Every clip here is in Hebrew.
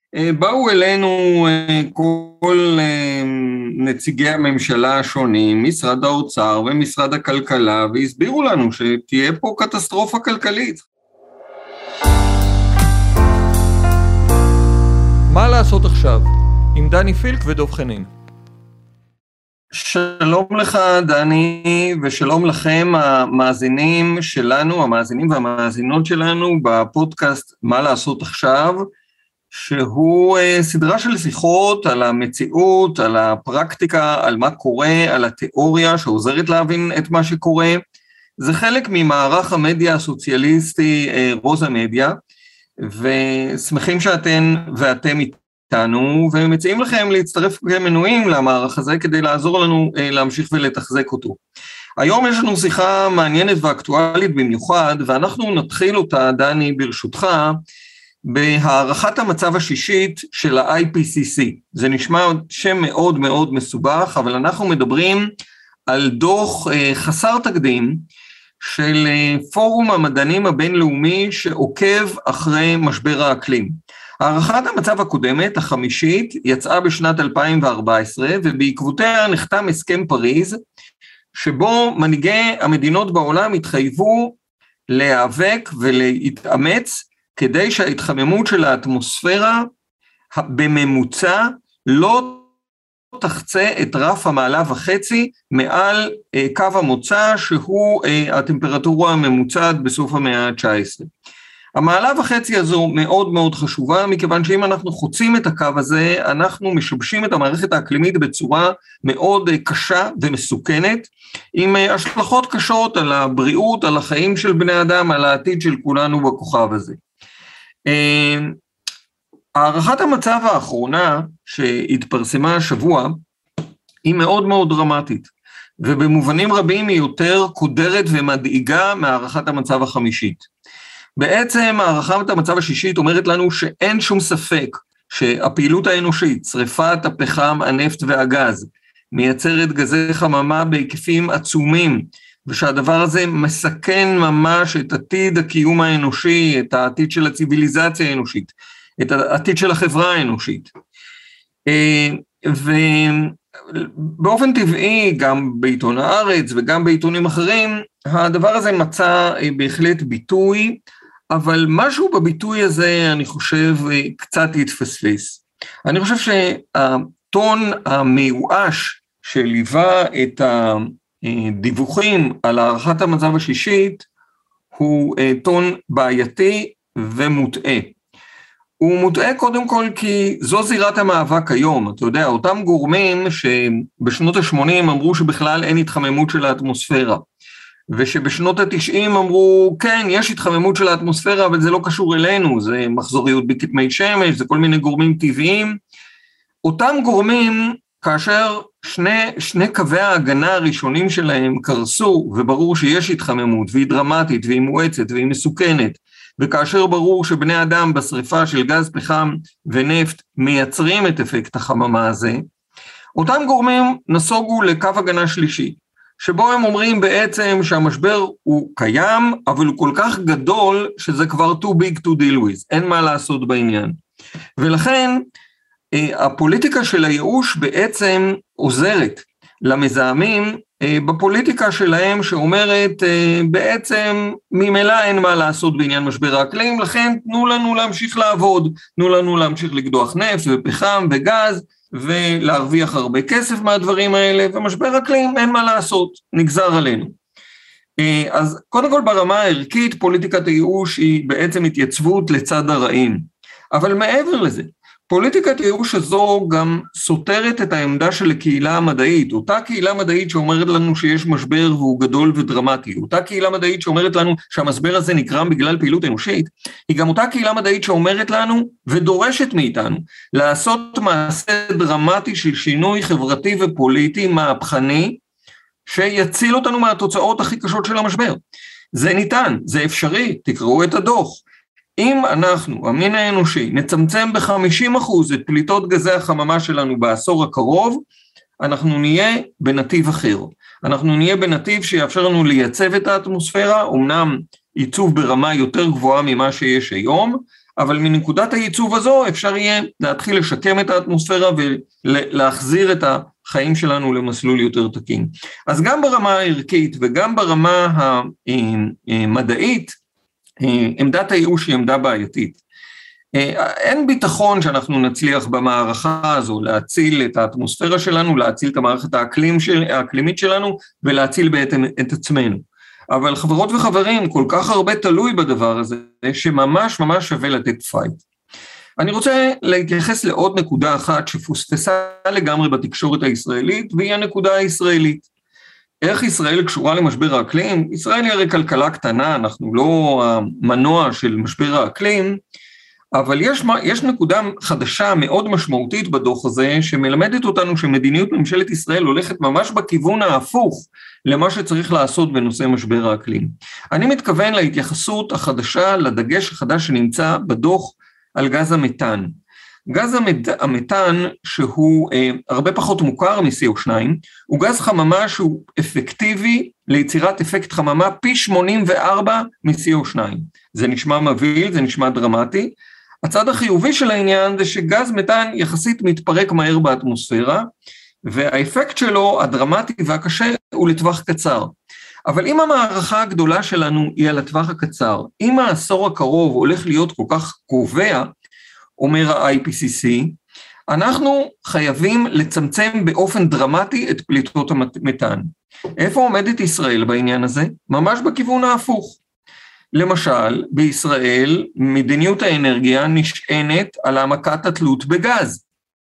באו אלינו כל נציגי הממשלה השונים, משרד האוצר ומשרד הכלכלה, והסבירו לנו שתהיה פה קטסטרופה כלכלית. מה לעשות עכשיו? עם דני פילק ודוב חנין. שלום לך דני, ושלום לכם המאזינים שלנו, המאזינים והמאזינות שלנו בפודקאסט מה לעשות עכשיו, שהוא סדרה של שיחות על המציאות, על הפרקטיקה, על מה קורה, על התיאוריה שעוזרת להבין את מה שקורה. זה חלק ממערך המדיה הסוציאליסטי רוזה מדיה, ושמחים שאתן ואתם איתנו, ומציעים לכם להצטרף כמנויים למערך הזה, כדי לעזור לנו להמשיך ולתחזק אותו. היום יש לנו שיחה מעניינת ואקטואלית במיוחד, ואנחנו נתחיל אותה, דני, ברשותך, בהערכת המצב השישית של ה-IPCC. זה נשמע שם מאוד מאוד מסובך, אבל אנחנו מדברים על דוח חסר תקדים של פורום המדענים הבינלאומי שעוקב אחרי משבר האקלים. הערכת המצב הקודמת, החמישית, יצאה בשנת 2014, ובעקבותיה נחתם הסכם פריז, שבו מנהיגי המדינות בעולם התחייבו להיאבק ולהתאמץ, כדי שההתחממות של האטמוספירה בממוצע לא תחצה את רף המעלה וחצי מעל קו המוצא שהוא הטמפרטורה הממוצעת בסוף המאה ה-19. המעלה וחצי הזו מאוד מאוד חשובה, מכיוון שאם אנחנו חוצים את הקו הזה, אנחנו משבשים את המערכת האקלימית בצורה מאוד קשה ומסוכנת, עם השלכות קשות על הבריאות, על החיים של בני אדם, על העתיד של כולנו בכוכב הזה. הערכת המצב האחרונה שהתפרסמה השבוע היא מאוד מאוד דרמטית, ובמובנים רבים היא יותר קודרת ומדאיגה מהערכת המצב החמישית. בעצם הערכת המצב השישית אומרת לנו שאין שום ספק שהפעילות האנושית, שריפת הפחם, הנפט והגז, מייצרת גזי חממה בהיקפים עצומים, ושהדבר הזה מסכן ממש את עתיד הקיום האנושי, את העתיד של הציביליזציה האנושית, את העתיד של החברה האנושית. ובאופן טבעי, גם בעיתון הארץ וגם בעיתונים אחרים, הדבר הזה מצא בהחלט ביטוי, אבל משהו בביטוי הזה, אני חושב, קצת התפספס. אני חושב שהטון המיואש שליווה את הדיווחים על הערכת המצב השישית, הוא טון בעייתי ומוטעה. הוא מוטעה קודם כל כי זו זירת המאבק היום. אתה יודע, אותם גורמים שבשנות ה-80 אמרו שבכלל אין התחממות של האטמוספירה, ושבשנות ה-90 אמרו, כן, יש התחממות של האטמוספירה, אבל זה לא קשור אלינו, זה מחזוריות בכתמי שמש, זה כל מיני גורמים טבעיים. אותם גורמים, כאשר שני קווי ההגנה הראשונים שלהם קרסו, וברור שיש התחממות, והיא דרמטית, והיא מואצת, והיא מסוכנת, וכאשר ברור שבני אדם בשריפה של גז פחם ונפט מייצרים את אפקט החממה הזה, אותם גורמים נסוגו לקו הגנה שלישי, שבו הם אומרים בעצם שהמשבר הוא קיים, אבל הוא כל כך גדול שזה כבר too big to deal with, אין מה לעשות בעניין. ולכן הפוליטיקה של הייאוש בעצם עוזרת למזהמים בפוליטיקה שלהם שאומרת בעצם ממילא אין מה לעשות בעניין משבר האקלים, לכן תנו לנו להמשיך לעבוד, תנו לנו להמשיך לקדוח נפט ופחם וגז ולהרוויח הרבה כסף מהדברים האלה, ומשבר אקלים אין מה לעשות, נגזר עלינו. אז קודם כל ברמה הערכית פוליטיקת הייאוש היא בעצם התייצבות לצד הרעים, אבל מעבר לזה, פוליטיקת הייאוש הזו גם סותרת את העמדה של הקהילה המדעית, אותה קהילה מדעית שאומרת לנו שיש משבר והוא גדול ודרמטי, אותה קהילה מדעית שאומרת לנו שהמשבר הזה נגרם בגלל פעילות אנושית, היא גם אותה קהילה מדעית שאומרת לנו ודורשת מאיתנו לעשות מעשה דרמטי של שינוי חברתי ופוליטי מהפכני, שיציל אותנו מהתוצאות הכי קשות של המשבר. זה ניתן, זה אפשרי, תקראו את הדוח. אם אנחנו, המין האנושי, נצמצם ב-50% את פליטות גזי החממה שלנו בעשור הקרוב, אנחנו נהיה בנתיב אחר. אנחנו נהיה בנתיב שיאפשר לנו לייצב את האטמוספירה, אמנם ייצוב ברמה יותר גבוהה ממה שיש היום, אבל מנקודת הייצוב הזו אפשר יהיה להתחיל לשקם את האטמוספירה ולהחזיר את החיים שלנו למסלול יותר תקין. אז גם ברמה הערכית וגם ברמה המדעית, עמדת הייאוש היא עמדה בעייתית. אין ביטחון שאנחנו נצליח במערכה הזו להציל את האטמוספירה שלנו, להציל את המערכת האקלימית שלנו ולהציל בעצם את עצמנו. אבל חברות וחברים, כל כך הרבה תלוי בדבר הזה, שממש ממש שווה לתת פייט. אני רוצה להתייחס לעוד נקודה אחת שפוספסה לגמרי בתקשורת הישראלית, והיא הנקודה הישראלית. איך ישראל קשורה למשבר האקלים? ישראל היא הרי כלכלה קטנה, אנחנו לא המנוע של משבר האקלים, אבל יש נקודה חדשה מאוד משמעותית בדוח הזה, שמלמדת אותנו שמדיניות ממשלת ישראל הולכת ממש בכיוון ההפוך למה שצריך לעשות בנושא משבר האקלים. אני מתכוון להתייחסות החדשה, לדגש החדש שנמצא בדוח על גז המתאן. גז המתאן, שהוא הרבה פחות מוכר מ-CO2, הוא גז חממה שהוא אפקטיבי ליצירת אפקט חממה פי 84 מ-CO2. זה נשמע מבהיל, זה נשמע דרמטי. הצד החיובי של העניין זה שגז מתאן יחסית מתפרק מהר באטמוספירה, והאפקט שלו הדרמטי והקשה הוא לטווח קצר. אבל אם המערכה הגדולה שלנו היא על הטווח הקצר, אם העשור הקרוב הולך להיות כל כך קובע, אומר ה-IPCC, אנחנו חייבים לצמצם באופן דרמטי את פליטות המתאן. איפה עומדת ישראל בעניין הזה? ממש בכיוון ההפוך. למשל, בישראל מדיניות האנרגיה נשענת על העמקת התלות בגז.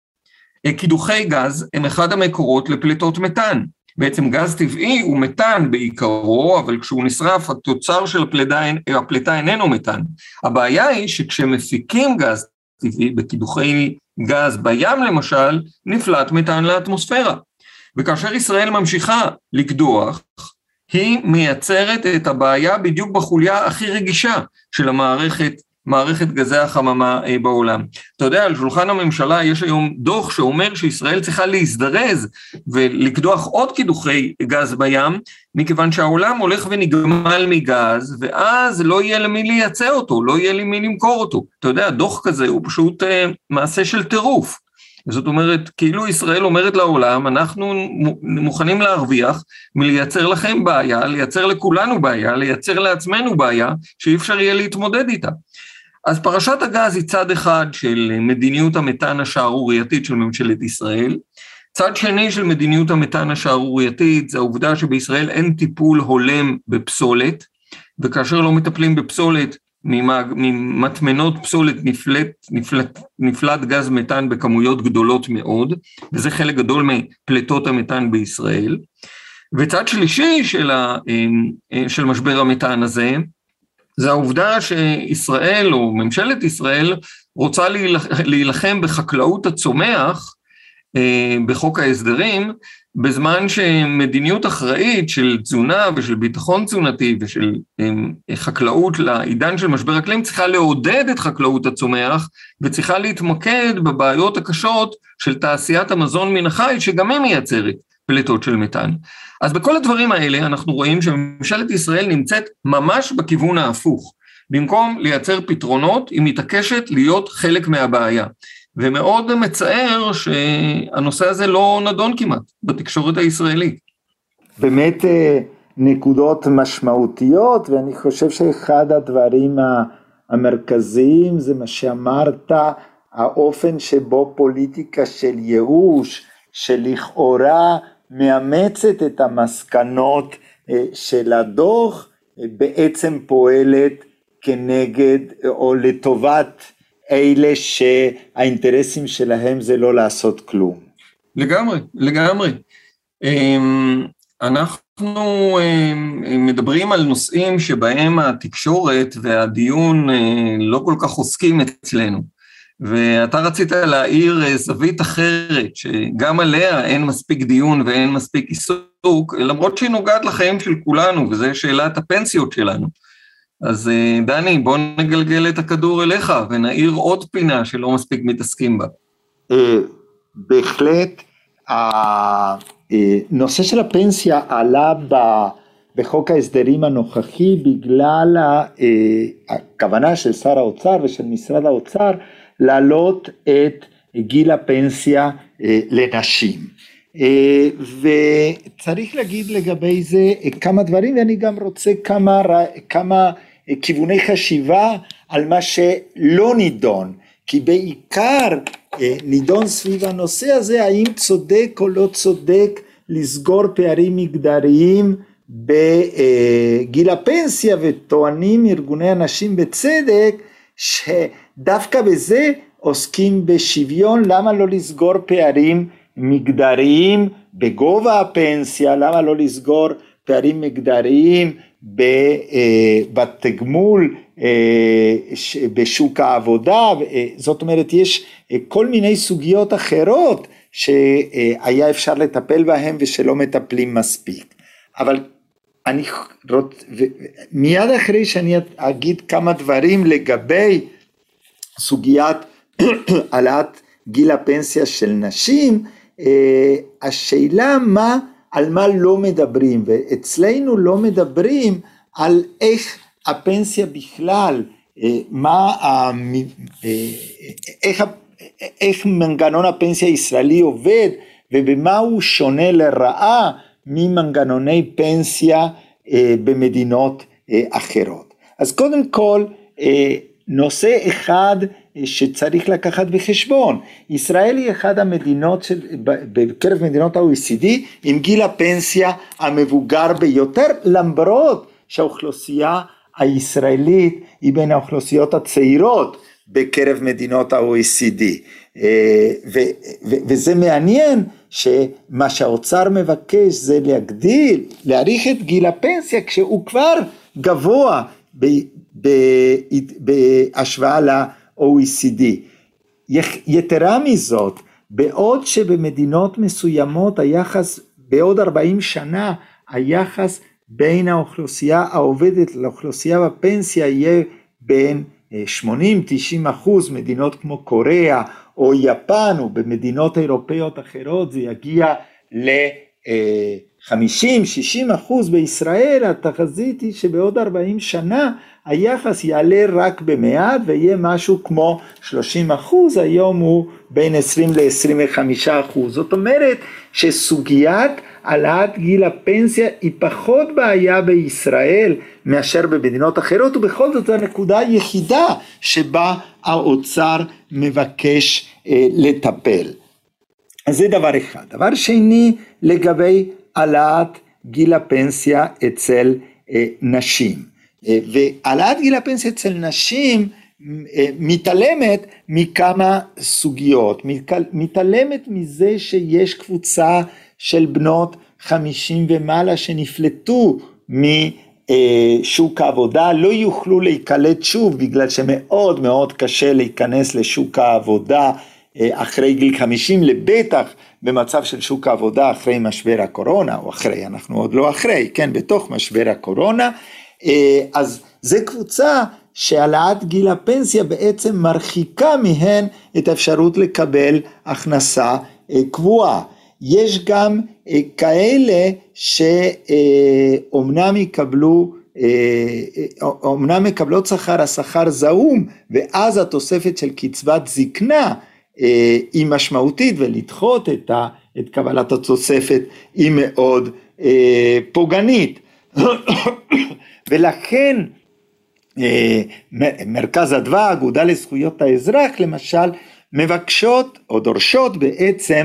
קידוחי גז הם אחד המקורות לפליטות מתאן. בעצם גז טבעי הוא מתאן בעיקרו, אבל כשהוא נשרף התוצר של הפליטה איננו מתאן. הבעיה היא שכשמפיקים גז טבעי בקידוחי גז בים למשל, נפלט מתאן לאטמוספירה. וכאשר ישראל ממשיכה לקדוח, היא מייצרת את הבעיה בדיוק בחוליה הכי רגישה של מערכת גזי החממה בעולם. אתה יודע, על שולחן הממשלה יש היום דוח שאומר שישראל צריכה להזדרז ולקדוח עוד קידוחי גז בים, מכיוון שהעולם הולך ונגמל מגז, ואז לא יהיה למי לייצא אותו, לא יהיה למי למכור אותו. אתה יודע, דוח כזה הוא פשוט מעשה של טירוף. זאת אומרת, כאילו ישראל אומרת לעולם, אנחנו מוכנים להרוויח מלייצר לכם בעיה, לייצר לכולנו בעיה, לייצר לעצמנו בעיה, שאי אפשר יהיה להתמודד איתה. אז פרשת הגז היא צד אחד של מדיניות המתאן השערורייתית של ממשלת ישראל, צד שני של מדיניות המתאן השערורייתית, זה העובדה שבישראל אין טיפול הולם בפסולת, וכאשר לא מטפלים בפסולת, ממטמנות פסולת נפלט גז מתאן בכמויות גדולות מאוד, וזה חלק גדול מפליטות המתאן בישראל. וצד שלישי של משבר המתאן הזה, זה העובדה שישראל או ממשלת ישראל רוצה להילחם בחקלאות הצומח בחוק ההסדרים, בזמן שמדיניות אחראית של תזונה ושל ביטחון תזונתי ושל חקלאות לעידן של משבר אקלים צריכה לעודד את חקלאות הצומח וצריכה להתמקד בבעיות הקשות של תעשיית המזון מן החי שגם היא מייצרת פליטות של מתאן. אז בכל הדברים האלה אנחנו רואים שממשלת ישראל נמצאת ממש בכיוון ההפוך. במקום לייצר פתרונות היא מתעקשת להיות חלק מהבעיה. ומאוד מצער שהנושא הזה לא נדון כמעט בתקשורת הישראלית. באמת נקודות משמעותיות, ואני חושב שאחד הדברים המרכזיים זה מה שאמרת, האופן שבו פוליטיקה של ייאוש, שלכאורה מאמצת את המסקנות של הדוח, בעצם פועלת כנגד או לטובת אלה שהאינטרסים שלהם זה לא לעשות כלום. לגמרי. אנחנו מדברים על נושאים שבהם התקשורת והדיון לא כל כך עוסקים אצלנו, ואתה רצית להעיר זווית אחרת, שגם עליה אין מספיק דיון ואין מספיק עיסוק, למרות שהיא נוגעת לחיים של כולנו, וזה שאלת הפנסיות שלנו. אז דני, בוא נגלגל את הכדור אליך, ונעיר עוד פינה שלא מספיק מתעסקים בה. בהחלט, הנושא של הפנסיה עלה בחוק ההסדרים הנוכחי בגלל הכוונה של שר האוצר ושל משרד האוצר להעלות את גיל הפנסיה לנשים. וצריך להגיד לגבי זה כמה דברים, ואני גם רוצה כמה כיווני חשיבה על מה שלא נידון, כי בעיקר נידון סביב הנושא הזה, האם צודק או לא צודק לסגור פערים מגדריים בגיל הפנסיה, וטוענים ארגוני הנשים בצדק שדווקא בזה עוסקים בשוויון, למה לא לסגור פערים מגדריים בגובה הפנסיה, למה לא לסגור פערים מגדריים בתגמול בשוק העבודה. זאת אומרת, יש כל מיני סוגיות אחרות שהיה אפשר לטפל בהן ושלא מטפלים מספיק. אבל אני מיד אחרי שאני אגיד כמה דברים לגבי סוגיית העלאת גיל הפנסיה של נשים, השאלה על מה לא מדברים, ואצלנו לא מדברים על איך הפנסיה בכלל, איך מנגנון הפנסיה הישראלי עובד, ובמה הוא שונה לרעה ממנגנוני פנסיה במדינות אחרות. אז קודם כל, נושא אחד שצריך לקחת בחשבון, ישראל היא אחד המדינות בקרב מדינות ה-OECD עם גיל הפנסיה המבוגר ביותר, למרות שהאוכלוסייה הישראלית היא בין האוכלוסיות הצעירות בקרב מדינות ה-OECD, וזה מעניין שמה שהאוצר מבקש זה להאריך את גיל הפנסיה כשהוא כבר גבוה בהשוואה ל-OECD. יתרה מזאת, בעוד שבמדינות מסוימות היחס, בעוד 40 שנה, היחס בין האוכלוסייה העובדת לאוכלוסייה בפנסיה יהיה בין 80-90%, מדינות כמו קוריאה או יפן, או במדינות אירופאיות אחרות זה יגיע ל-50-60%. בישראל התחזית היא שבעוד 40 שנה היחס יעלה רק במעט ויהיה משהו כמו 30%, היום הוא בין 20-25%. זאת אומרת שסוגיית העלאת גיל הפנסיה היא פחות בעיה בישראל מאשר במדינות אחרות, ובכל זאת זו הנקודה היחידה שבה האוצר מבקש לטפל. אז זה דבר אחד. דבר שני, לגבי העלאת גיל הפנסיה אצל נשים. והעלאת גיל הפנסיה אצל נשים מתעלמת מכמה סוגיות, מתעלמת מזה שיש קבוצה של בנות 50 ומעלה שנפלטו משוק העבודה, לא יוכלו להיקלט שוב בגלל שמאוד מאוד קשה להיכנס לשוק העבודה אחרי גיל 50, לבטח במצב של שוק העבודה אחרי משבר הקורונה, או אחרי, אנחנו עוד לא אחרי, כן, בתוך משבר הקורונה. אז זה קבוצה שהעלאת גיל הפנסיה בעצם מרחיקה מהן את האפשרות לקבל הכנסה קבועה. יש גם כאלה שאומנם מקבלות שכר, השכר זעום, ואז התוספת של קצבת זקנה היא משמעותית, ולדחות את קבלת התוספת היא מאוד פוגענית. ולכן מרכז אדווה, אגודה לזכויות האזרח למשל, מבקשות או דורשות בעצם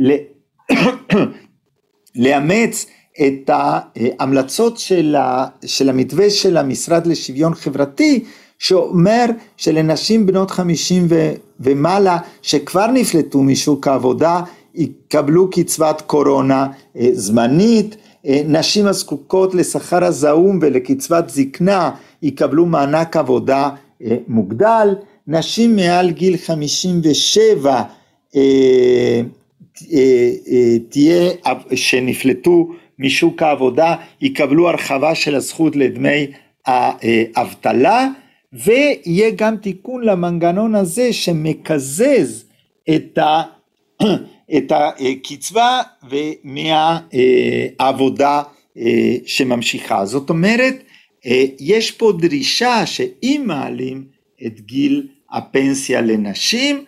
לאמץ את ההמלצות של המתווה של המשרד לשוויון חברתי, שאומר שלנשים בנות 50 ומעלה שכבר נפלטו משוק העבודה יקבלו קצבת קורונה זמנית, נשים הזקוקות לשכר הזעום ולקצבת זקנה יקבלו מענק עבודה מוגדל, נשים מעל גיל 57 שנפלטו משוק העבודה יקבלו הרחבה של הזכות לדמי האבטלה, ויהיה גם תיקון למנגנון הזה שמקזז את הקצבה מהעבודה שממשיכה. זאת אומרת, יש פה דרישה שאם מעלים את גיל הפנסיה לנשים,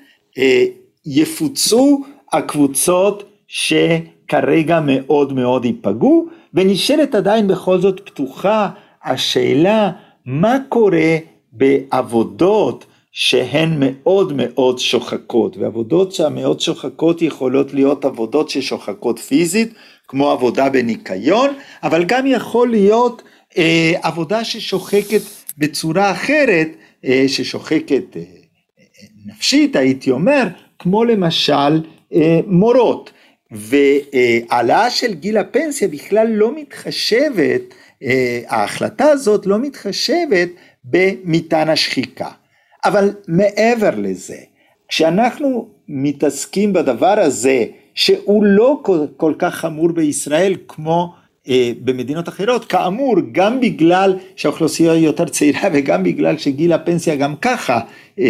יפוצו הקבוצות שכרגע מאוד מאוד ייפגעו, ונשאלת עדיין בכל זאת פתוחה השאלה מה קורה בעבודות שהן מאוד מאוד שוחקות, ועבודות שהמאוד שוחקות יכולות להיות עבודות ששוחקות פיזית, כמו עבודה בניקיון, אבל גם יכול להיות עבודה ששוחקת בצורה אחרת, ששוחקת נפשית הייתי אומר, כמו למשל מורות, והעלאה של גיל הפנסיה בכלל לא מתחשבת, ההחלטה הזאת לא מתחשבת במטען השחיקה. אבל מעבר לזה, כשאנחנו מתעסקים בדבר הזה, שהוא לא כל כך חמור בישראל כמו במדינות אחרות, כאמור, גם בגלל שהאוכלוסייה היא יותר צעירה, וגם בגלל שגיל הפנסיה גם ככה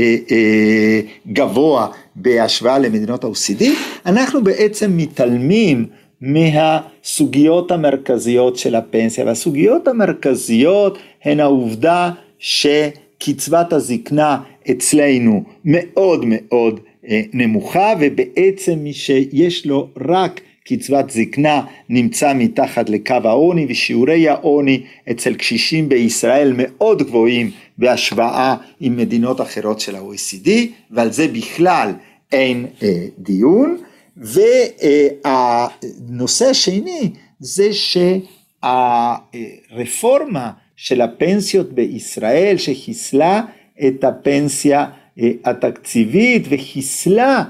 גבוה בהשוואה למדינות ה-OECD, אנחנו בעצם מתעלמים מהסוגיות המרכזיות של הפנסיה, והסוגיות המרכזיות הן העובדה שקצבת הזקנה אצלנו מאוד מאוד נמוכה, ובעצם מי שיש לו רק קצבת זקנה נמצא מתחת לקו העוני, ושיעורי העוני אצל קשישים בישראל מאוד גבוהים בהשוואה עם מדינות אחרות של ה-OECD, ועל זה בכלל אין דיון. והנושא השני זה שהרפורמה של הפנסיות בישראל שחיסלה את הפנסיה התקציבית וחיסלה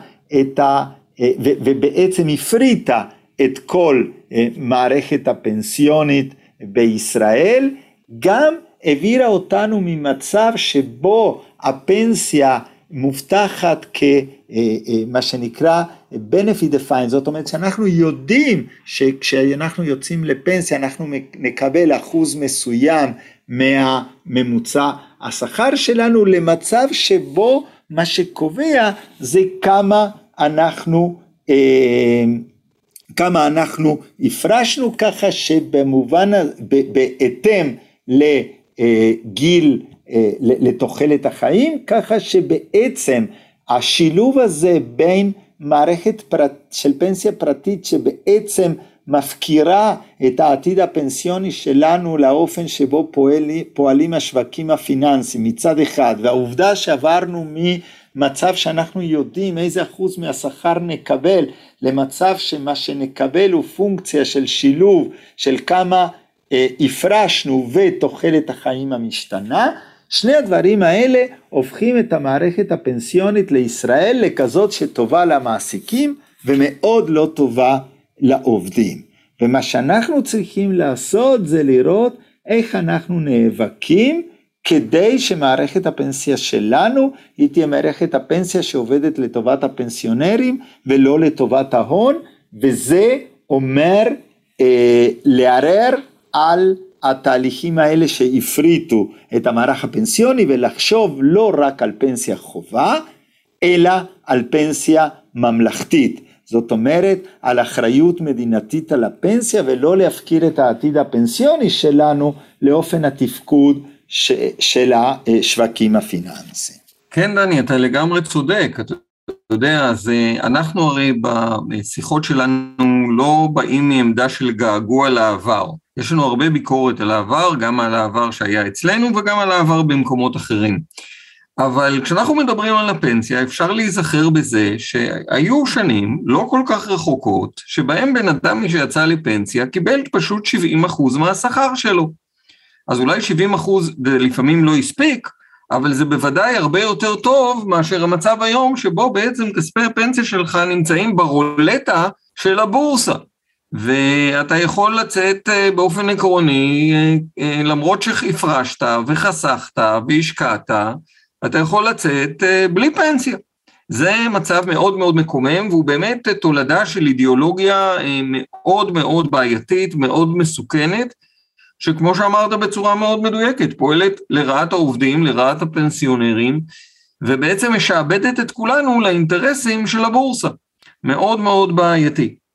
ובעצם הפריטה את כל מערכת הפנסיונית בישראל, גם העבירה אותנו ממצב שבו הפנסיה מובטחת כמה שנקרא benefit defined, זאת אומרת שאנחנו יודעים שכשאנחנו יוצאים לפנסיה אנחנו נקבל אחוז מסוים מהממוצע השכר שלנו, למצב שבו מה שקובע זה כמה אנחנו הפרשנו, ככה שבמובן בהתאם לגיל לתוחלת החיים, ככה שבעצם השילוב הזה בין מערכת של פנסיה פרטית שבעצם מפקירה את העתיד הפנסיוני שלנו לאופן שבו פועלים השווקים הפיננסיים מצד אחד, והעובדה שעברנו ממצב שאנחנו יודעים איזה אחוז מהשכר נקבל למצב שמה שנקבל הוא פונקציה של שילוב של כמה הפרשנו ותוחלת החיים המשתנה, שני הדברים האלה הופכים את המערכת הפנסיונית לישראל לכזאת שטובה למעסיקים ומאוד לא טובה לעובדים. ומה שאנחנו צריכים לעשות זה לראות איך אנחנו נאבקים כדי שמערכת הפנסיה שלנו היא תהיה מערכת הפנסיה שעובדת לטובת הפנסיונרים ולא לטובת ההון, וזה אומר לערער על התהליכים האלה שהפריטו את המערך הפנסיוני ולחשוב לא רק על פנסיה חובה אלא על פנסיה ממלכתית, זאת אומרת על אחריות מדינתית על הפנסיה ולא להפקיר את העתיד הפנסיוני שלנו לאופן התפקוד של השווקים הפיננסיים. כן דני, אתה לגמרי צודק, אתה יודע, אז אנחנו הרי בשיחות שלנו לא באים מעמדה של געגוע לעבר, יש לנו הרבה ביקורת על העבר, גם על העבר שהיה אצלנו וגם על העבר במקומות אחרים. אבל כשאנחנו מדברים על הפנסיה, אפשר להיזכר בזה שהיו שנים לא כל כך רחוקות, שבהם בן אדם שיצא לפנסיה קיבל פשוט 70% מהשכר שלו. אז אולי 70% לפעמים לא הספיק, אבל זה בוודאי הרבה יותר טוב מאשר המצב היום, שבו בעצם כספי הפנסיה שלך נמצאים ברולטה של הבורסה. ואתה יכול לצאת באופן עקרוני, למרות שהפרשת וחסכת והשקעת, אתה יכול לצאת בלי פנסיה. זה מצב מאוד מאוד מקומם, והוא באמת תולדה של אידיאולוגיה מאוד מאוד בעייתית, מאוד מסוכנת, שכמו שאמרת בצורה מאוד מדויקת, פועלת לרעת העובדים, לרעת הפנסיונרים, ובעצם משעבדת את כולנו לאינטרסים של הבורסה. מאוד מאוד בעייתי.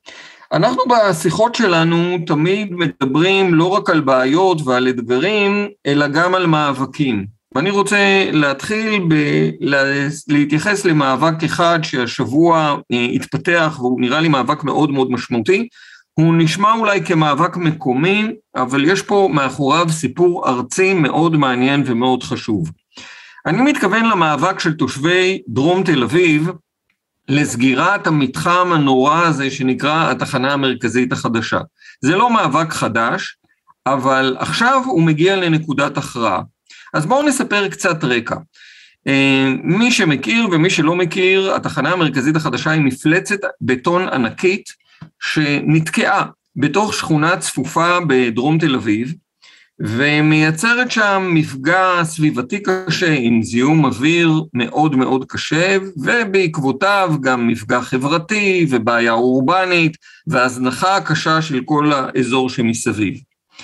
אנחנו בשיחות שלנו תמיד מדברים לא רק על בעיות ועל אתגרים, אלא גם על מאבקים. ואני רוצה להתחיל להתייחס למאבק אחד שהשבוע התפתח, והוא נראה לי מאבק מאוד מאוד משמעותי. הוא נשמע אולי כמאבק מקומי, אבל יש פה מאחוריו סיפור ארצי מאוד מעניין ומאוד חשוב. אני מתכוון למאבק של תושבי דרום תל אביב, לסגירת המתחם הנורא הזה שנקרא התחנה המרכזית החדשה. זה לא מאבק חדש, אבל עכשיו הוא מגיע לנקודת הכרעה. אז בואו נספר קצת רקע. מי שמכיר ומי שלא מכיר, התחנה המרכזית החדשה היא מפלצת בטון ענקית, שנתקעה בתוך שכונה צפופה בדרום תל אביב, ומייצרת שם מפגע סביבתי קשה עם זיהום אוויר מאוד מאוד קשה, ובעקבותיו גם מפגע חברתי ובעיה אורבנית, והזנחה קשה של כל האזור שמסביב.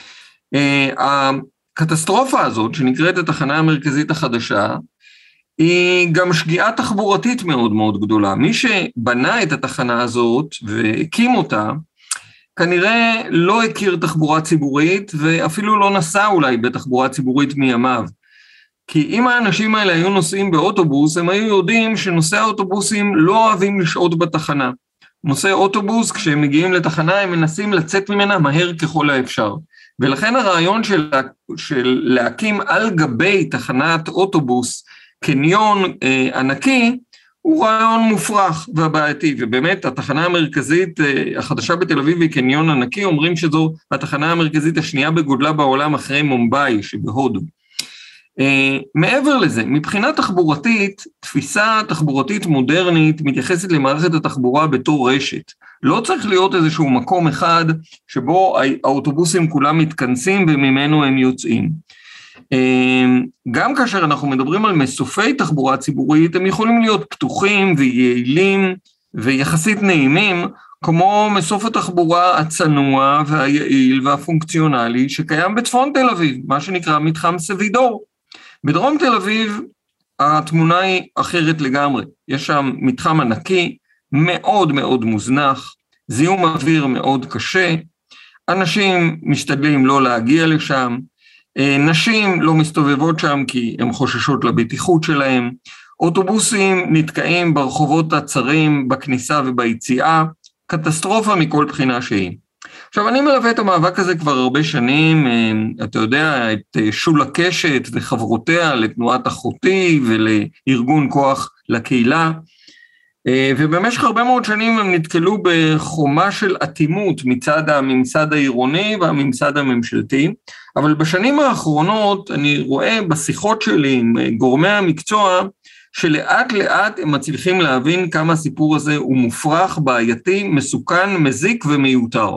הקטסטרופה הזאת, שנקראת התחנה המרכזית החדשה, היא גם שגיאה תחבורתית מאוד מאוד גדולה. מי שבנה את התחנה הזאת והקים אותה, כנראה לא הכיר תחבורה ציבורית, ואפילו לא נסע אולי בתחבורה ציבורית מימיו. כי אם האנשים האלה היו נוסעים באוטובוס, הם היו יודעים שנוסעי האוטובוסים לא אוהבים לשעות בתחנה. נוסעי אוטובוס, כשהם מגיעים לתחנה, הם מנסים לצאת ממנה מהר ככל האפשר. ולכן הרעיון של להקים על גבי תחנת אוטובוס קניון ענקי, הוא רעיון מופרך והבעייתי, ובאמת התחנה המרכזית החדשה בתל אביב היא קניון ענקי, אומרים שזו התחנה המרכזית השנייה בגודלה בעולם אחרי מומבאי שבהודו. מעבר לזה, מבחינה תחבורתית, תפיסה תחבורתית מודרנית מתייחסת למערכת התחבורה בתור רשת. לא צריך להיות איזשהו מקום אחד שבו האוטובוסים כולם מתכנסים וממנו הם יוצאים. גם כאשר אנחנו מדברים על מסופי תחבורה ציבורית, הם יכולים להיות פתוחים ויעילים ויחסית נעימים, כמו מסוף התחבורה הצנוע והיעיל והפונקציונלי שקיים בצפון תל אביב, מה שנקרא מתחם סבידור. בדרום תל אביב התמונה היא אחרת לגמרי, יש שם מתחם ענקי, מאוד מאוד מוזנח, זיהום אוויר מאוד קשה, אנשים משתדלים לא להגיע לשם, נשים לא מסתובבות שם כי הן חוששות לבטיחות שלהם, אוטובוסים נתקעים ברחובות הצרים בכניסה וביציאה, קטסטרופה מכל בחינה שהיא. עכשיו אני מלווה את המאבק הזה כבר הרבה שנים, אתה יודע, את שולה קשת וחברותיה לתנועת אחותי ולארגון כוח לקהילה, ובמשך הרבה מאוד שנים הם נתקלו בחומה של אטימות מצד הממסד העירוני והממסד הממשלתי, אבל בשנים האחרונות אני רואה בשיחות שלי עם גורמי המקצוע, שלאט לאט הם מצליחים להבין כמה הסיפור הזה הוא מופרך, בעייתי, מסוכן, מזיק ומיותר.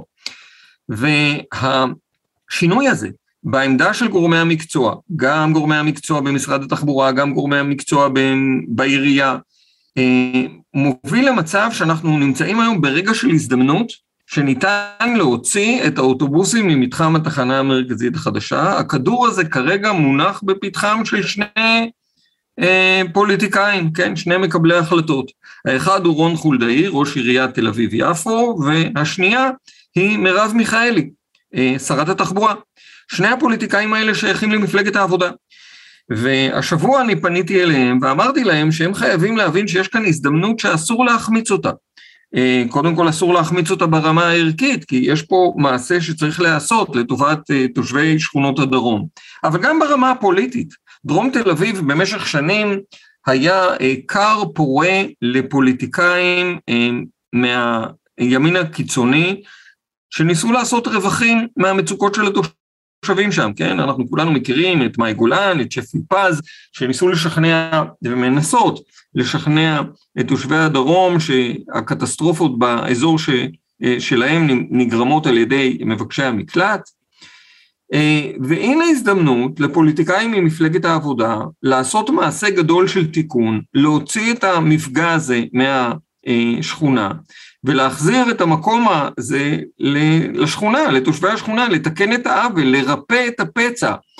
והשינוי הזה בעמדה של גורמי המקצוע, גם גורמי המקצוע במשרד התחבורה, גם גורמי המקצוע בעירייה, מוביל למצב שאנחנו נמצאים היום ברגע של הזדמנות, שניתן להוציא את האוטובוסים ממתחם התחנה המרכזית החדשה. הכדור הזה כרגע מונח בפתחם של שני פוליטיקאים, כן? שני מקבלי החלטות. האחד הוא רון חולדאי, ראש עיריית תל אביב יפו, והשנייה היא מרב מיכאלי, שרת התחבורה. שני הפוליטיקאים האלה שייכים למפלגת העבודה. והשבוע אני פניתי אליהם ואמרתי להם שהם חייבים להבין שיש כאן הזדמנות שאסור להחמיץ אותה. קודם כל אסור להחמיץ אותה ברמה הערכית, כי יש פה מעשה שצריך לעשות לטובת תושבי שכונות הדרום. אבל גם ברמה הפוליטית, דרום תל אביב במשך שנים היה קר פורה לפוליטיקאים מהימין הקיצוני, שניסו לעשות רווחים מהמצוקות של התושבים שם, כן? אנחנו כולנו מכירים את מאי גולן, את שפי פז, שניסו לשכנע ומנסות לשכנע את תושבי הדרום שהקטסטרופות באזור שלהם נגרמות על ידי מבקשי המקלט, והנה הזדמנות לפוליטיקאים ממפלגת העבודה לעשות מעשה גדול של תיקון, להוציא את המפגע הזה מהשכונה, ולהחזיר את המקום הזה לשכונה, לתושבי השכונה, לתקן את העוול, לרפא את הפצע.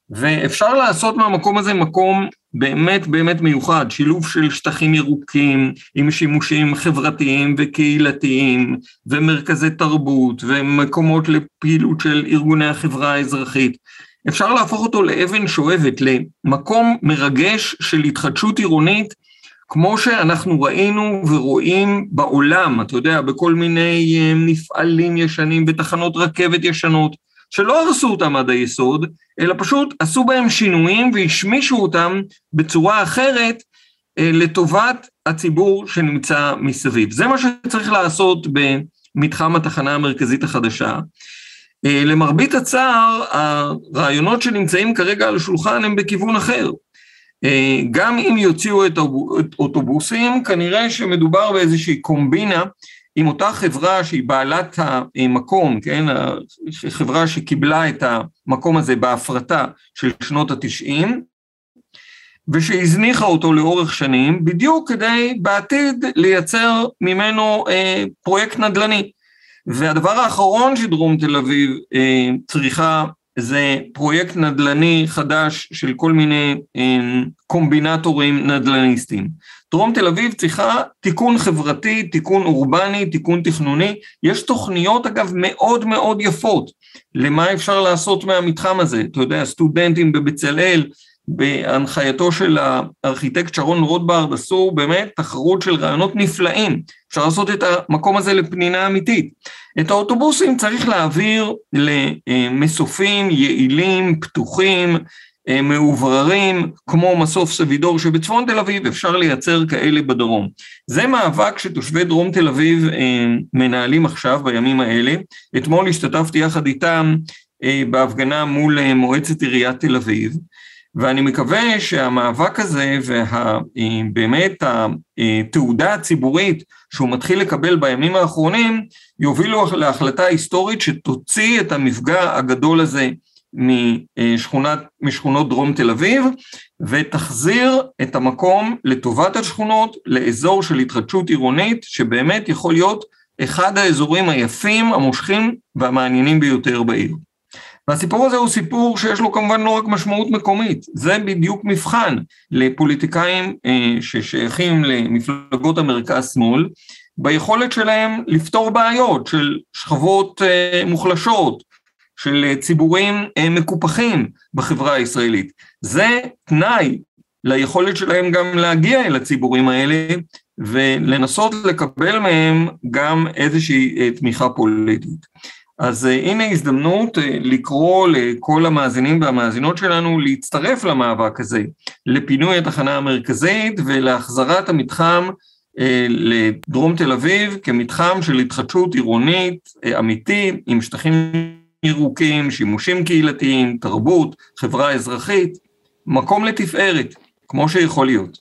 ואפשר לעשות מהמקום הזה מקום באמת באמת מיוחד, שילוב של שטחים ירוקים עם שימושים חברתיים וקהילתיים ומרכזי תרבות ומקומות לפעילות של ארגוני החברה האזרחית. אפשר להפוך אותו לאבן שואבת, למקום מרגש של התחדשות עירונית, כמו שאנחנו ראינו ורואים בעולם, אתה יודע, בכל מיני מפעלים ישנים ותחנות רכבת ישנות, שלא הרסו אותם עד היסוד, אלא פשוט עשו בהם שינויים והשמישו אותם בצורה אחרת לטובת הציבור שנמצא מסביב. זה מה שצריך לעשות במתחם התחנה המרכזית החדשה. למרבית הצער, הרעיונות שנמצאים כרגע על השולחן הם בכיוון אחר. גם אם יוציאו את אוטובוסים, כנראה שמדובר באיזושהי קומבינה עם אותה חברה שהיא בעלת המקום, כן? חברה שקיבלה את המקום הזה בהפרטה של שנות ה-90, ושהזניחה אותו לאורך שנים, בדיוק כדי בעתיד לייצר ממנו פרויקט נדל"ני. והדבר האחרון שדרום תל אביב צריכה, זה פרויקט נדל"ני חדש של כל מיני קומבינטורים נדל"ניסטים. דרום תל אביב צריכה תיקון חברתי, תיקון אורבני, תיקון תכנוני. יש תוכניות אגב מאוד מאוד יפות למה אפשר לעשות מהמתחם הזה. אתה יודע, סטודנטים בבצלאל, בהנחייתו של הארכיטקט שרון רוטברט, עשו באמת תחרות של רעיונות נפלאים. אפשר לעשות את המקום הזה לפנינה אמיתית. את האוטובוסים צריך להעביר למסופים יעילים, פתוחים, מעובררים, כמו מסוף סבידור שבצפון תל אביב, אפשר לייצר כאלה בדרום. זה מאבק שתושבי דרום תל אביב מנהלים עכשיו בימים האלה. אתמול השתתפתי יחד איתם בהפגנה מול מועצת עיריית תל אביב, ואני מקווה שהמאבק הזה ובאמת התעודה הציבורית שהוא מתחיל לקבל בימים האחרונים, יובילו להחלטה היסטורית שתוציא את המפגע הגדול הזה משכונות דרום תל אביב, ותחזיר את המקום לטובת השכונות, לאזור של התחדשות עירונית, שבאמת יכול להיות אחד האזורים היפים, המושכים והמעניינים ביותר בעיר. והסיפור הזה הוא סיפור שיש לו כמובן לא רק משמעות מקומית, זה בדיוק מבחן לפוליטיקאים ששייכים למפלגות המרכז-שמאל, ביכולת שלהם לפתור בעיות של שכבות מוחלשות, של ציבורים מקופחים בחברה הישראלית. זה תנאי ליכולת שלהם גם להגיע אל הציבורים האלה, ולנסות לקבל מהם גם איזושהי תמיכה פוליטית. אז הנה הזדמנות לקרוא לכל המאזינים והמאזינות שלנו להצטרף למאבק הזה, לפינוי התחנה המרכזית ולהחזרת המתחם לדרום תל אביב כמתחם של התחדשות עירונית אמיתי, עם שטחים ירוקים, שימושים קהילתיים, תרבות, חברה אזרחית, מקום לתפארת, כמו שיכול להיות.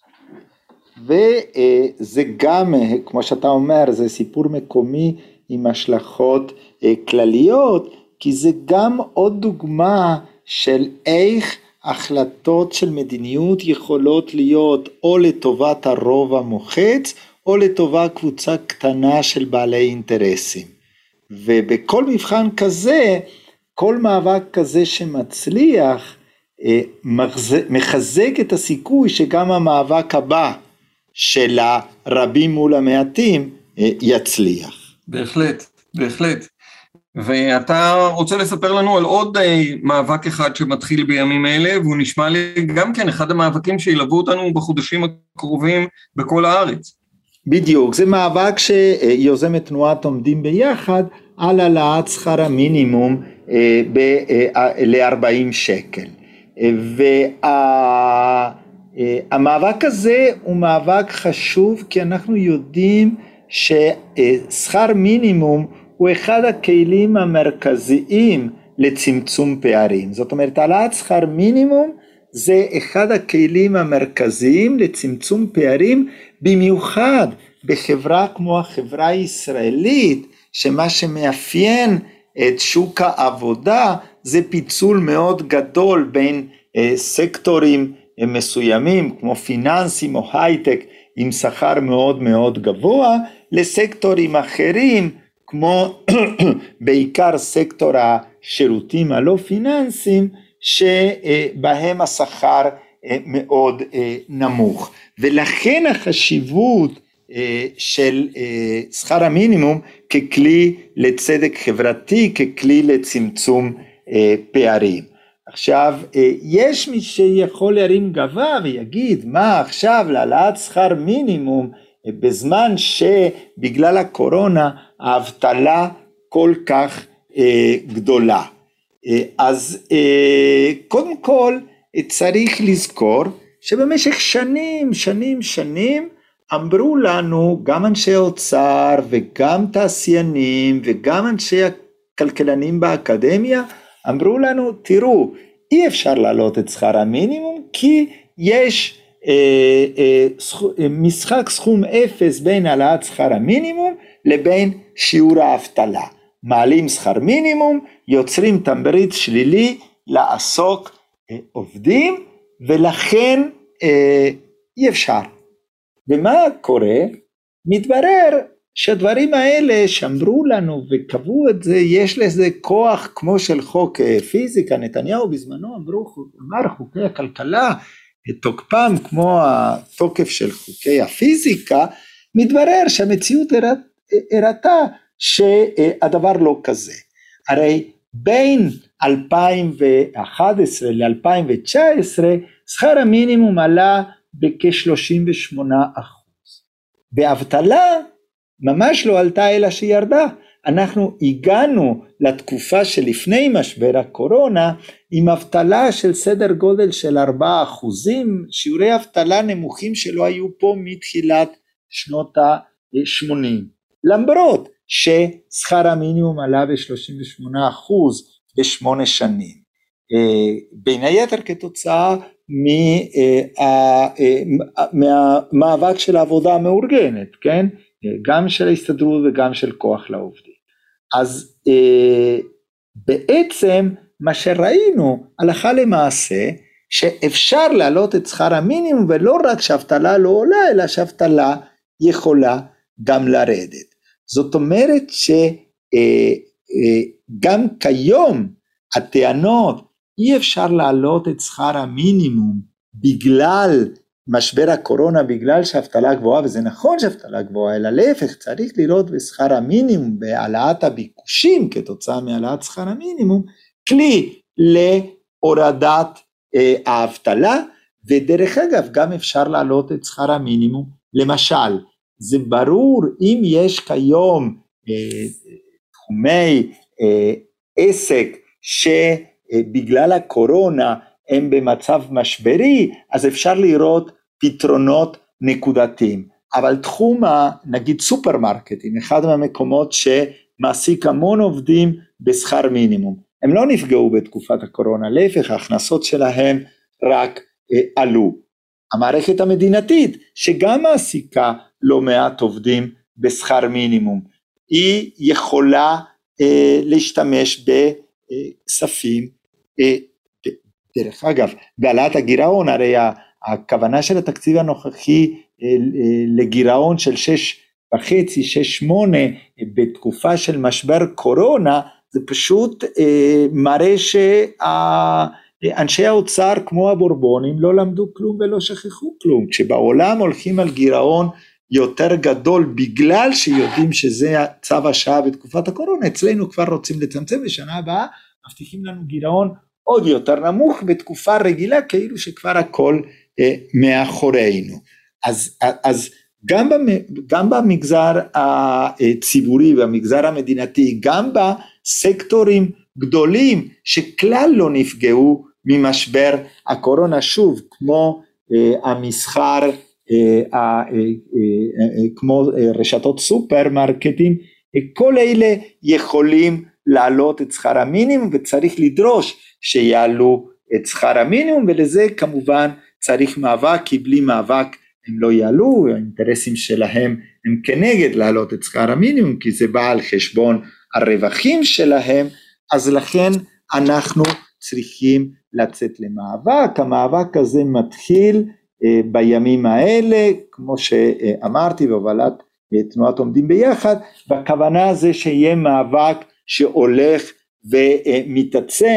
וזה גם, כמו שאתה אומר, זה סיפור מקומי עם השלכות כלליות, כי זה גם עוד דוגמה של איך החלטות של מדיניות יכולות להיות או לטובת הרוב המוחץ, או לטובת קבוצה קטנה של בעלי אינטרסים. ובכל מבחן כזה, כל מאבק כזה שמצליח, מחזק את הסיכוי שגם המאבק הבא של הרבים מול המעטים יצליח. בהחלט, בהחלט. ואתה רוצה לספר לנו על עוד מאבק אחד שמתחיל בימים אלה, והוא נשמע לי גם כן אחד המאבקים שילוו אותנו בחודשים הקרובים בכל הארץ. בדיוק, זה מאבק שיוזמת תנועת עומדים ביחד על העלאת שכר המינימום ל-40 שקל. והמאבק הזה הוא מאבק חשוב, כי אנחנו יודעים ששכר מינימום הוא אחד הכלים המרכזיים לצמצום פערים. זאת אומרת, העלאת שכר מינימום זה אחד הכלים המרכזיים לצמצום פערים, במיוחד בחברה כמו החברה הישראלית, שמה שמאפיין את שוק העבודה זה פיצול מאוד גדול בין סקטורים מסוימים כמו פיננסים או הייטק עם שכר מאוד מאוד גבוה, לסקטורים אחרים כמו בעיקר סקטור השירותים הלא פיננסיים, שבהם השכר מאוד נמוך, ולכן החשיבות של שכר המינימום ככלי לצדק חברתי, ככלי לצמצום פערים. עכשיו יש מי שיכול להרים גבה ויגיד מה עכשיו להעלאת שכר מינימום בזמן שבגלל הקורונה האבטלה כל כך גדולה. אז קודם כל צריך לזכור שבמשך שנים אמרו לנו גם אנשי האוצר וגם תעשיינים וגם אנשי הכלכלנים באקדמיה, אמרו לנו תראו אי אפשר להעלות את שכר המינימום כי יש משחק סכום אפס בין העלאת שכר המינימום לבין שיעור האבטלה. מעלים שכר מינימום, יוצרים תמריץ שלילי לעסוק עובדים, ולכן אי אפשר. ומה קורה? מתברר שהדברים האלה שאמרו לנו וקבעו את זה, יש לזה כוח כמו של חוק פיזיקה. נתניהו בזמנו אמר חוקי הכלכלה, תוקפם כמו התוקף של חוקי הפיזיקה. מתברר שהמציאות הראתה שהדבר לא כזה. הרי בין 2011 ל-2019 שכר המינימום עלה בכ-38%. באבטלה ממש לא עלתה אלא שירדה. אנחנו הגענו לתקופה שלפני משבר הקורונה עם אבטלה של סדר גודל של 4%, שיעורי אבטלה נמוכים שלא היו פה מתחילת שנות ה-80. למרות ששכר המינימום עלה ב-38% ב8 שנים. בין היתר כתוצאה מהמאבק של העבודה המאורגנת, כן? גם של ההסתדרות וגם של כוח לעובדים. אז בעצם מה שראינו הלכה למעשה, שאפשר להעלות את שכר המינימום, ולא רק שהאבטלה לא עולה, אלא שהאבטלה יכולה גם לרדת. זאת אומרת שגם כיום הטענות אי אפשר להעלות את שכר המינימום בגלל משבר הקורונה, בגלל שהאבטלה גבוהה, וזה נכון שהאבטלה גבוהה, אלא להפך, צריך לראות בשכר המינימום, בהעלאת הביקושים כתוצאה מהעלאת שכר המינימום, כלי להורדת האבטלה. ודרך אגב גם אפשר להעלות את שכר המינימום, למשל זה ברור אם יש כיום תחומי עסק שבגלל הקורונה הם במצב משברי, אז אפשר לראות פתרונות נקודתיים. אבל תחום נגיד סופרמרקטים, אחד מהמקומות שמעסיק המון עובדים בשכר מינימום, הם לא נפגעו בתקופת הקורונה, להפך ההכנסות שלהם רק עלו. המערכת המדינתית שגם מעסיקה לא מעט עובדים בשכר מינימום, היא יכולה להשתמש בכספים, דרך אגב בהעלאת הגירעון, הרי הכוונה של התקציב הנוכחי לגירעון של 6.5-6.8 בתקופה של משבר קורונה, זה פשוט מראה שאנשי האוצר כמו הבורבונים לא למדו כלום ולא שכחו כלום. כשבעולם הולכים על גירעון יותר גדול בגלל שיודעים שזה צו השעה בתקופת הקורונה, אצלנו כבר רוצים לצמצם, בשנה הבאה מבטיחים לנו גירעון עוד יותר נמוך בתקופה רגילה, כאילו שכבר הכל מאחורינו. אז גם במגזר הציבורי והמגזר המדינתי, גם בסקטורים גדולים שכלל לא נפגעו ממשבר הקורונה, שוב כמו המסחר, כמו רשתות סופרמרקטים, כל אלה יכולים להעלות את שכר המינימום, וצריך לדרוש שיעלו את שכר המינימום, ולזה כמובן צריך מאבק, כי בלי מאבק הם לא יעלו, האינטרסים שלהם הם כנגד להעלות את שכר המינימום, כי זה בא על חשבון הרווחים שלהם. אז לכן אנחנו צריכים לצאת למאבק. המאבק הזה מתחיל בימים האלה, כמו שאמרתי, בהובלת תנועת עומדים ביחד, והכוונה זה שיהיה מאבק שהולך ומתעצם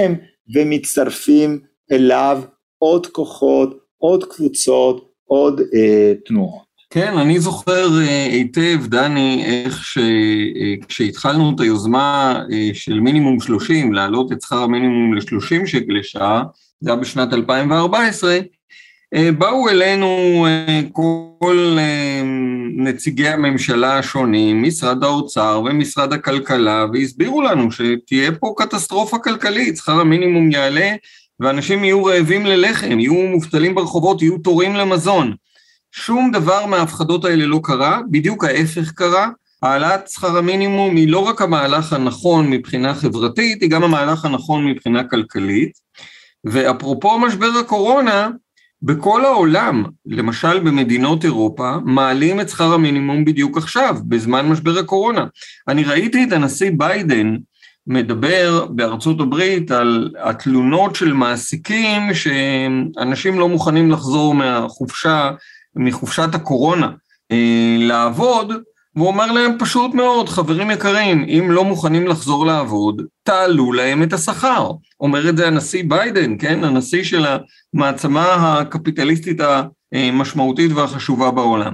ומצטרפים אליו עוד כוחות, עוד קבוצות, עוד תנועות. כן, אני זוכר היטב, דני, איך כשהתחלנו את היוזמה של מינימום 30, להעלות את שכר המינימום ל-30 שקל לשעה, זה היה בשנת 2014, באו אלינו כל נציגי הממשלה השונים, משרד האוצר ומשרד הכלכלה, והסבירו לנו שתהיה פה קטסטרופה כלכלית, שכר המינימום יעלה, ואנשים יהיו רעבים ללחם, יהיו מובטלים ברחובות, יהיו תורים למזון. שום דבר מההפחדות האלה לא קרה, בדיוק ההפך קרה. העלאת שכר המינימום היא לא רק המהלך הנכון מבחינה חברתית, היא גם המהלך הנכון מבחינה כלכלית. ואפרופו משבר הקורונה, בכל העולם, למשל במדינות אירופה, מעלים את שכר המינימום בדיוק עכשיו, בזמן משבר הקורונה. אני ראיתי את הנשיא ביידן מדבר בארצות הברית על התלונות של מעסיקים שאנשים לא מוכנים לחזור מחופשת הקורונה לעבוד, והוא אומר להם פשוט מאוד, חברים יקרים, אם לא מוכנים לחזור לעבוד, תעלו להם את השכר. אומר את זה הנשיא ביידן, כן? הנשיא של המעצמה הקפיטליסטית המשמעותית והחשובה בעולם.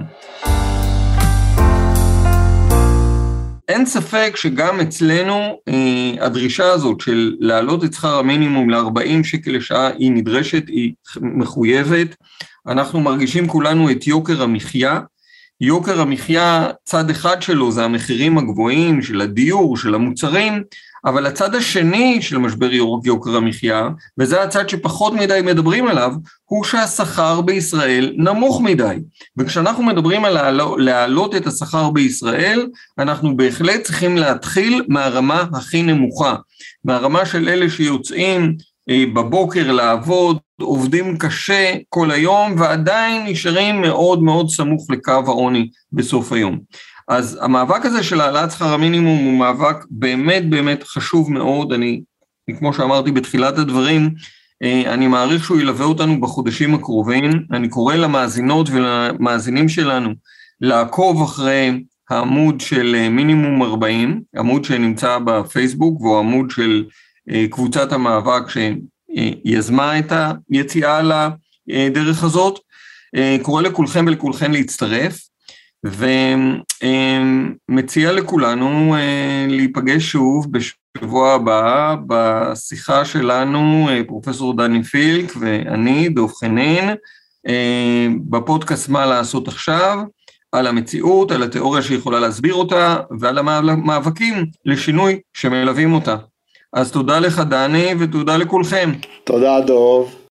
אין ספק שגם אצלנו הדרישה הזאת של להעלות את שכר המינימום ל-40 שקל לשעה היא נדרשת, היא מחויבת. אנחנו מרגישים כולנו את יוקר המחיה. יוקר המחיה, צד אחד שלו זה המחירים הגבוהים של הדיור, של המוצרים, אבל הצד השני של משבר יוקר המחיה, וזה הצד שפחות מדי מדברים עליו, הוא שהשכר בישראל נמוך מדי. וכשאנחנו מדברים על להעלות את השכר בישראל, אנחנו בהחלט צריכים להתחיל מהרמה הכי נמוכה, מהרמה של אלה שיוצאים בבוקר לעבוד, עובדים קשה כל היום, ועדיין נשארים מאוד מאוד סמוך לקו העוני בסוף היום. אז המאבק הזה של העלאת שכר המינימום הוא מאבק באמת באמת חשוב מאוד. אני, כמו שאמרתי בתחילת הדברים, אני מעריך שהוא ילווה אותנו בחודשים הקרובים. אני קורא למאזינות ולמאזינים שלנו לעקוב אחרי העמוד של מינימום 40, עמוד שנמצא בפייסבוק, והוא עמוד של קבוצת המאבק שיזמה את היציאה לדרך הזאת. קורא לכולכם ולכולכן להצטרף, ומציע לכולנו להיפגש שוב בשבוע הבא בשיחה שלנו, פרופסור דני פילק ואני, דב חנין, בפודקאסט מה לעשות עכשיו, על המציאות, על התיאוריה שיכולה להסביר אותה, ועל המאבקים לשינוי שמלווים אותה. אז תודה לך דני ותודה לכולכם. תודה דוב.